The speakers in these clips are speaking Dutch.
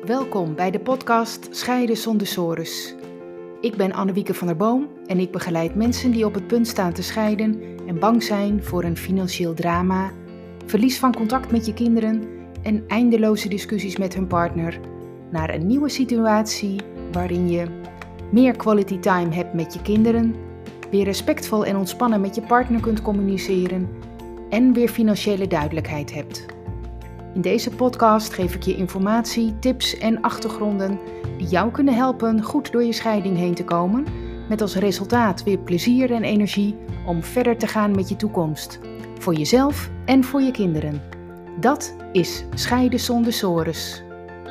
Welkom bij de podcast Scheiden zonder sores. Ik ben Annewieke van der Boom en ik begeleid mensen die op het punt staan te scheiden en bang zijn voor een financieel drama, verlies van contact met je kinderen en eindeloze discussies met hun partner naar een nieuwe situatie waarin je meer quality time hebt met je kinderen, weer respectvol en ontspannen met je partner kunt communiceren en weer financiële duidelijkheid hebt. In deze podcast geef ik je informatie, tips en achtergronden die jou kunnen helpen goed door je scheiding heen te komen, met als resultaat weer plezier en energie om verder te gaan met je toekomst, voor jezelf en voor je kinderen. Dat is Scheiden zonder sores.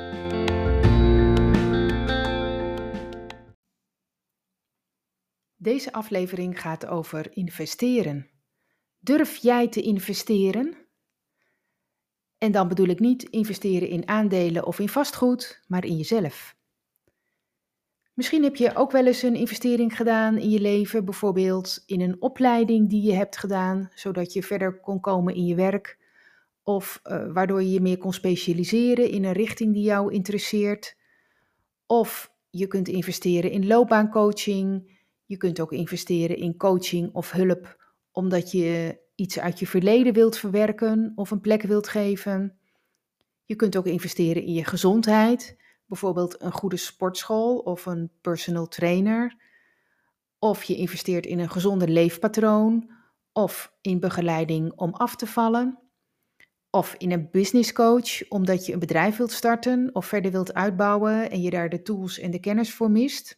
Deze aflevering gaat over investeren. Durf jij te investeren? En dan bedoel ik niet investeren in aandelen of in vastgoed, maar in jezelf. Misschien heb je ook wel eens een investering gedaan in je leven, bijvoorbeeld in een opleiding die je hebt gedaan, zodat je verder kon komen in je werk, of waardoor je je meer kon specialiseren in een richting die jou interesseert. Of je kunt investeren in loopbaancoaching, je kunt ook investeren in coaching of hulp, omdat je iets uit je verleden wilt verwerken of een plek wilt geven. Je kunt ook investeren in je gezondheid, bijvoorbeeld een goede sportschool of een personal trainer. Of je investeert in een gezonder leefpatroon of in begeleiding om af te vallen. Of in een business coach omdat je een bedrijf wilt starten of verder wilt uitbouwen en je daar de tools en de kennis voor mist.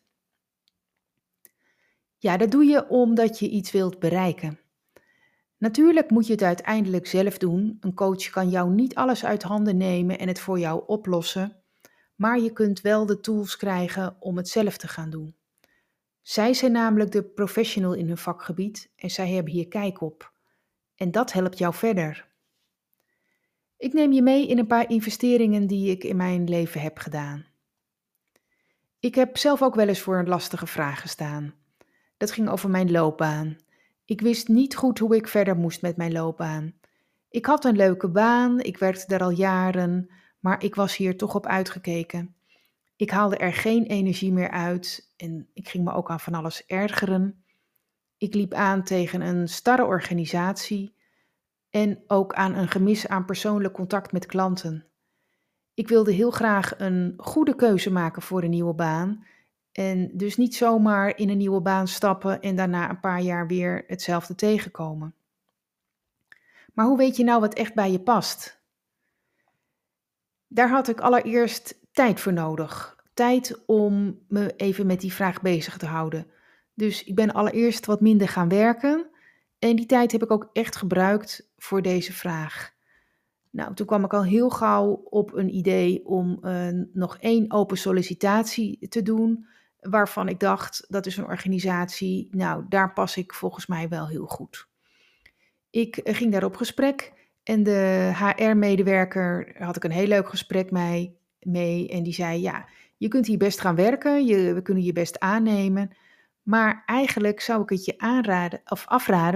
Ja, dat doe je omdat je iets wilt bereiken. Natuurlijk moet je het uiteindelijk zelf doen. Een coach kan jou niet alles uit handen nemen en het voor jou oplossen, maar je kunt wel de tools krijgen om het zelf te gaan doen. Zij zijn namelijk de professional in hun vakgebied en zij hebben hier kijk op. En dat helpt jou verder. Ik neem je mee in een paar investeringen die ik in mijn leven heb gedaan. Ik heb zelf ook wel eens voor een lastige vraag gestaan. Dat ging over mijn loopbaan. Ik wist niet goed hoe ik verder moest met mijn loopbaan. Ik had een leuke baan, ik werkte daar al jaren, maar ik was hier toch op uitgekeken. Ik haalde er geen energie meer uit en ik ging me ook aan van alles ergeren. Ik liep aan tegen een starre organisatie en ook aan een gemis aan persoonlijk contact met klanten. Ik wilde heel graag een goede keuze maken voor een nieuwe baan en dus niet zomaar in een nieuwe baan stappen en daarna een paar jaar weer hetzelfde tegenkomen. Maar hoe weet je nou wat echt bij je past? Daar had ik allereerst tijd voor nodig. Tijd om me even met die vraag bezig te houden. Dus ik ben allereerst wat minder gaan werken en die tijd heb ik ook echt gebruikt voor deze vraag. Nou, toen kwam ik al heel gauw op een idee om nog 1 open sollicitatie te doen, waarvan ik dacht, dat is een organisatie, nou, daar pas ik volgens mij wel heel goed. Ik ging daar op gesprek en de HR-medewerker had ik een heel leuk gesprek mee en die zei, ja, je kunt hier best gaan werken, we kunnen je best aannemen, maar eigenlijk zou ik het je afraden,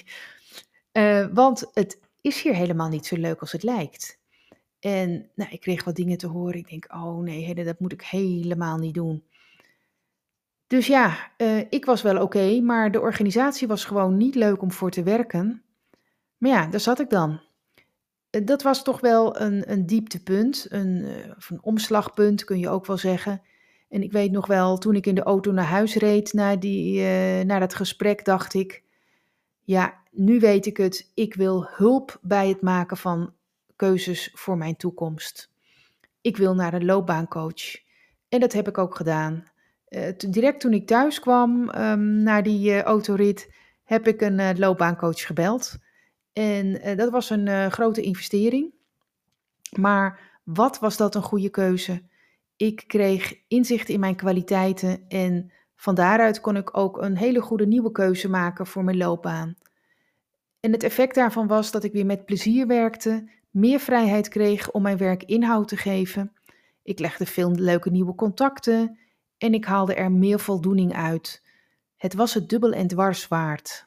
want het is hier helemaal niet zo leuk als het lijkt. En nou, ik kreeg wat dingen te horen. Ik denk, oh nee, dat moet ik helemaal niet doen. Dus ja, ik was wel oké, maar de organisatie was gewoon niet leuk om voor te werken. Maar ja, daar zat ik dan. Dat was toch wel een dieptepunt, of een omslagpunt kun je ook wel zeggen. En ik weet nog wel, toen ik in de auto naar huis reed naar dat gesprek, dacht ik, ja, nu weet ik het. Ik wil hulp bij het maken van keuzes voor mijn toekomst. Ik wil naar een loopbaancoach. En dat heb ik ook gedaan. Direct toen ik thuis kwam, na die autorit, heb ik een loopbaancoach gebeld. En dat was een grote investering. Maar wat was dat een goede keuze? Ik kreeg inzicht in mijn kwaliteiten en van daaruit kon ik ook een hele goede nieuwe keuze maken voor mijn loopbaan. En het effect daarvan was dat ik weer met plezier werkte, meer vrijheid kreeg om mijn werk inhoud te geven. Ik legde veel leuke nieuwe contacten en ik haalde er meer voldoening uit. Het was het dubbel en dwars waard.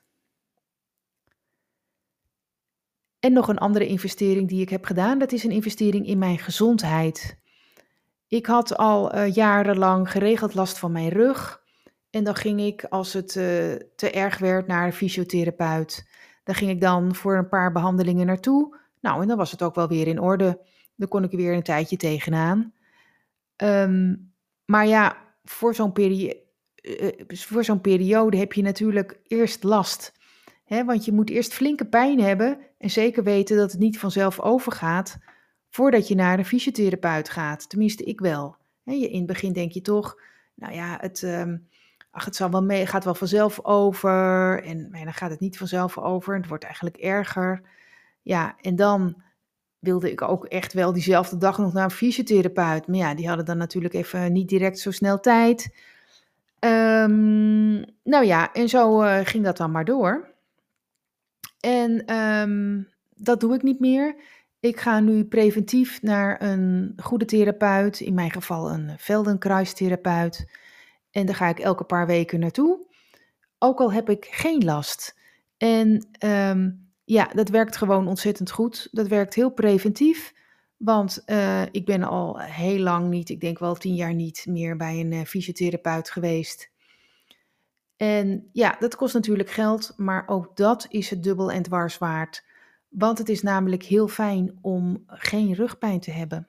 En nog een andere investering die ik heb gedaan, dat is een investering in mijn gezondheid. Ik had al jarenlang geregeld last van mijn rug. En dan ging ik, als het te erg werd, naar een fysiotherapeut. Daar ging ik dan voor een paar behandelingen naartoe. Nou, en dan was het ook wel weer in orde. Dan kon ik er weer een tijdje tegenaan. Maar ja, voor zo'n periode heb je natuurlijk eerst last. Hè, want je moet eerst flinke pijn hebben en zeker weten dat het niet vanzelf overgaat voordat je naar een fysiotherapeut gaat. Tenminste, ik wel. Hè, in het begin denk je toch, nou ja, het zal wel mee, gaat wel vanzelf over. Maar dan gaat het niet vanzelf over. Het wordt eigenlijk erger. Ja, en dan wilde ik ook echt wel diezelfde dag nog naar een fysiotherapeut. Maar ja, die hadden dan natuurlijk even niet direct zo snel tijd. Nou ja, en zo ging dat dan maar door. En dat doe ik niet meer. Ik ga nu preventief naar een goede therapeut, in mijn geval een Feldenkrais-therapeut. En daar ga ik elke paar weken naartoe, ook al heb ik geen last. En ja, dat werkt gewoon ontzettend goed. Dat werkt heel preventief, want ik ben al heel lang niet, ik denk wel 10 jaar niet meer bij een fysiotherapeut geweest. En ja, dat kost natuurlijk geld, maar ook dat is het dubbel en dwars waard. Want het is namelijk heel fijn om geen rugpijn te hebben.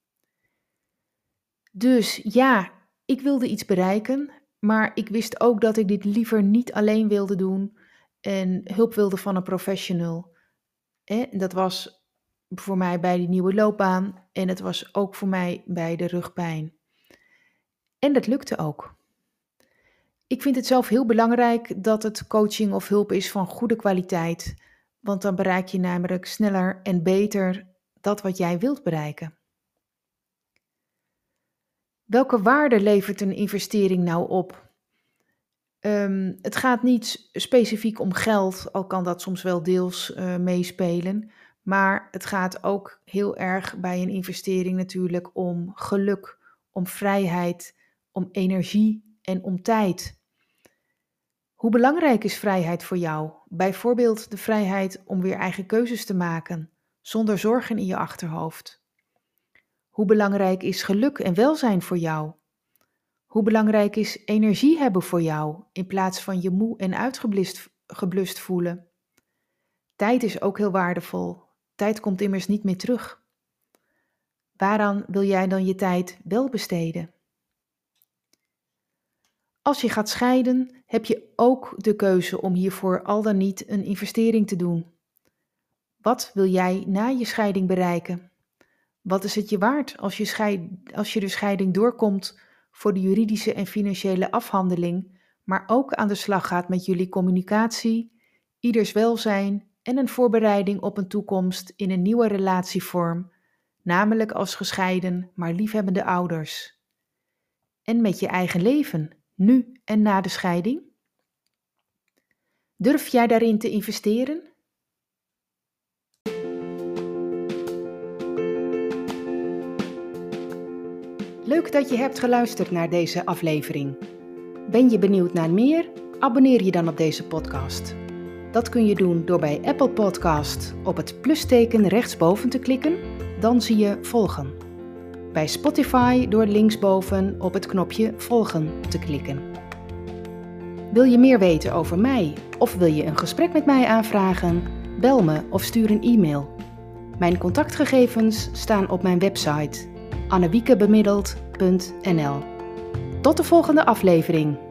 Dus ja, ik wilde iets bereiken, maar ik wist ook dat ik dit liever niet alleen wilde doen en hulp wilde van een professional. En dat was voor mij bij die nieuwe loopbaan en het was ook voor mij bij de rugpijn. En dat lukte ook. Ik vind het zelf heel belangrijk dat het coaching of hulp is van goede kwaliteit, want dan bereik je namelijk sneller en beter dat wat jij wilt bereiken. Welke waarde levert een investering nou op? Het gaat niet specifiek om geld, al kan dat soms wel deels meespelen, maar het gaat ook heel erg bij een investering natuurlijk om geluk, om vrijheid, om energie en om tijd. Hoe belangrijk is vrijheid voor jou? Bijvoorbeeld de vrijheid om weer eigen keuzes te maken, zonder zorgen in je achterhoofd. Hoe belangrijk is geluk en welzijn voor jou? Hoe belangrijk is energie hebben voor jou, in plaats van je moe en uitgeblust voelen? Tijd is ook heel waardevol. Tijd komt immers niet meer terug. Waaraan wil jij dan je tijd wel besteden? Als je gaat scheiden, heb je ook de keuze om hiervoor al dan niet een investering te doen. Wat wil jij na je scheiding bereiken? Wat is het je waard als je de scheiding doorkomt voor de juridische en financiële afhandeling, maar ook aan de slag gaat met jullie communicatie, ieders welzijn en een voorbereiding op een toekomst in een nieuwe relatievorm, namelijk als gescheiden maar liefhebbende ouders? En met je eigen leven, nu en na de scheiding? Durf jij daarin te investeren? Leuk dat je hebt geluisterd naar deze aflevering. Ben je benieuwd naar meer? Abonneer je dan op deze podcast. Dat kun je doen door bij Apple Podcast op het plusteken rechtsboven te klikken, dan zie je volgen. Bij Spotify door linksboven op het knopje volgen te klikken. Wil je meer weten over mij of wil je een gesprek met mij aanvragen? Bel me of stuur een e-mail. Mijn contactgegevens staan op mijn website annewiekebemiddeld.nl. Tot de volgende aflevering.